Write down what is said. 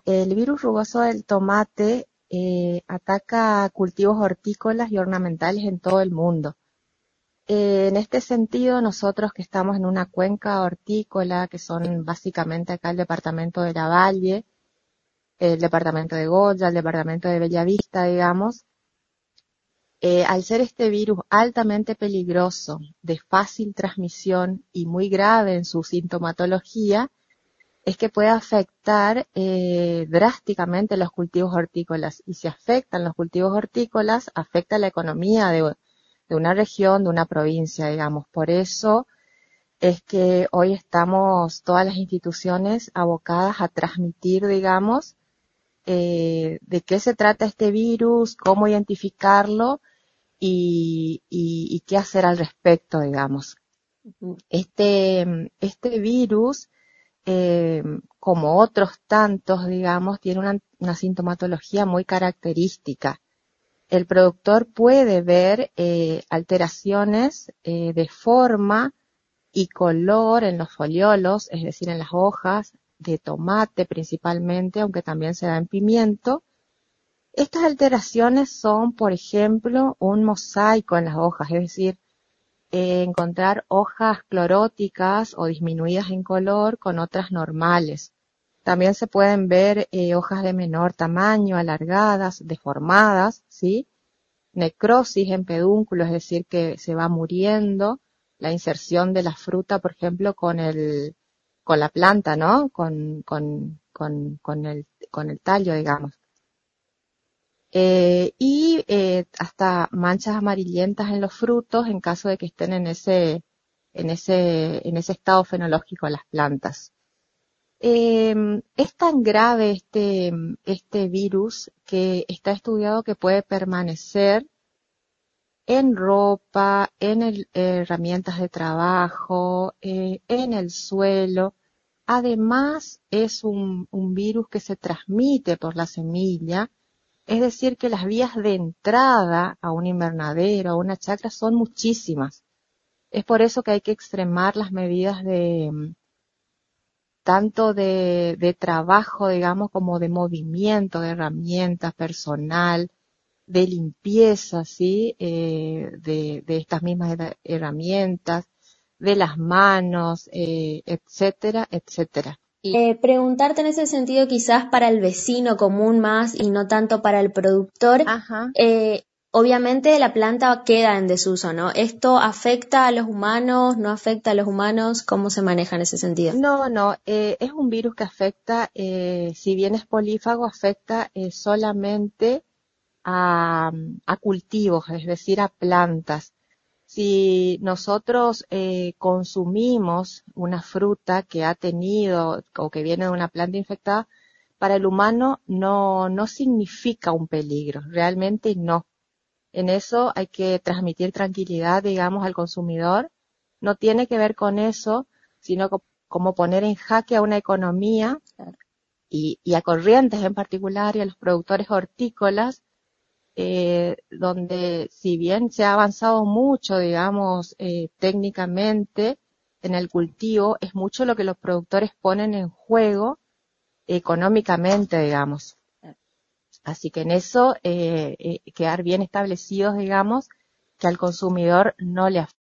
el virus rugoso del tomate ataca cultivos hortícolas y ornamentales en todo el mundo. En este sentido, nosotros que estamos en una cuenca hortícola, que son básicamente acá el departamento de Lavalle, el departamento de Goya, el departamento de Bellavista, digamos, al ser este virus altamente peligroso, de fácil transmisión y muy grave en su sintomatología, es que puede afectar drásticamente los cultivos hortícolas. Y si afectan los cultivos hortícolas, afecta la economía de una región, de una provincia, digamos. Por eso es que hoy estamos todas las instituciones abocadas a transmitir, digamos, de qué se trata este virus, cómo identificarlo y qué hacer al respecto, digamos. Este virus, como otros tantos, digamos, tiene una sintomatología muy característica. El productor puede ver alteraciones de forma y color en los foliolos, es decir, en las hojas de tomate principalmente, aunque también se da en pimiento. Estas alteraciones son, por ejemplo, un mosaico en las hojas, es decir, encontrar hojas cloróticas o disminuidas en color con otras normales. También se pueden ver hojas de menor tamaño, alargadas, deformadas, ¿sí? Necrosis en pedúnculo, es decir, que se va muriendo la inserción de la fruta, por ejemplo, con la planta, ¿no? Con el tallo, digamos. Hasta manchas amarillentas en los frutos en caso de que estén en ese estado fenológico las plantas. Es tan grave este virus que está estudiado que puede permanecer en ropa, herramientas de trabajo, en el suelo. Además, es un virus que se transmite por la semilla, es decir, que las vías de entrada a un invernadero, a una chacra, son muchísimas. Es por eso que hay que extremar las medidas tanto de trabajo, digamos, como de movimiento, de herramientas, personal, de limpieza, ¿sí? De estas mismas herramientas, de las manos, etcétera, etcétera. Preguntarte en ese sentido quizás para el vecino común más y no tanto para el productor. Ajá. Obviamente la planta queda en desuso, ¿no? ¿Esto afecta a los humanos? ¿No afecta a los humanos? ¿Cómo se maneja en ese sentido? No, es un virus que afecta, si bien es polífago, afecta solamente a cultivos, es decir, a plantas. Si nosotros consumimos una fruta que ha tenido o que viene de una planta infectada, para el humano no significa un peligro, realmente no. En eso hay que transmitir tranquilidad, digamos, al consumidor. No tiene que ver con eso, sino como poner en jaque a una economía y a Corrientes en particular y a los productores hortícolas, donde si bien se ha avanzado mucho, digamos, técnicamente en el cultivo, es mucho lo que los productores ponen en juego económicamente, digamos. Así que en eso quedar bien establecidos, digamos, que al consumidor no le afecta.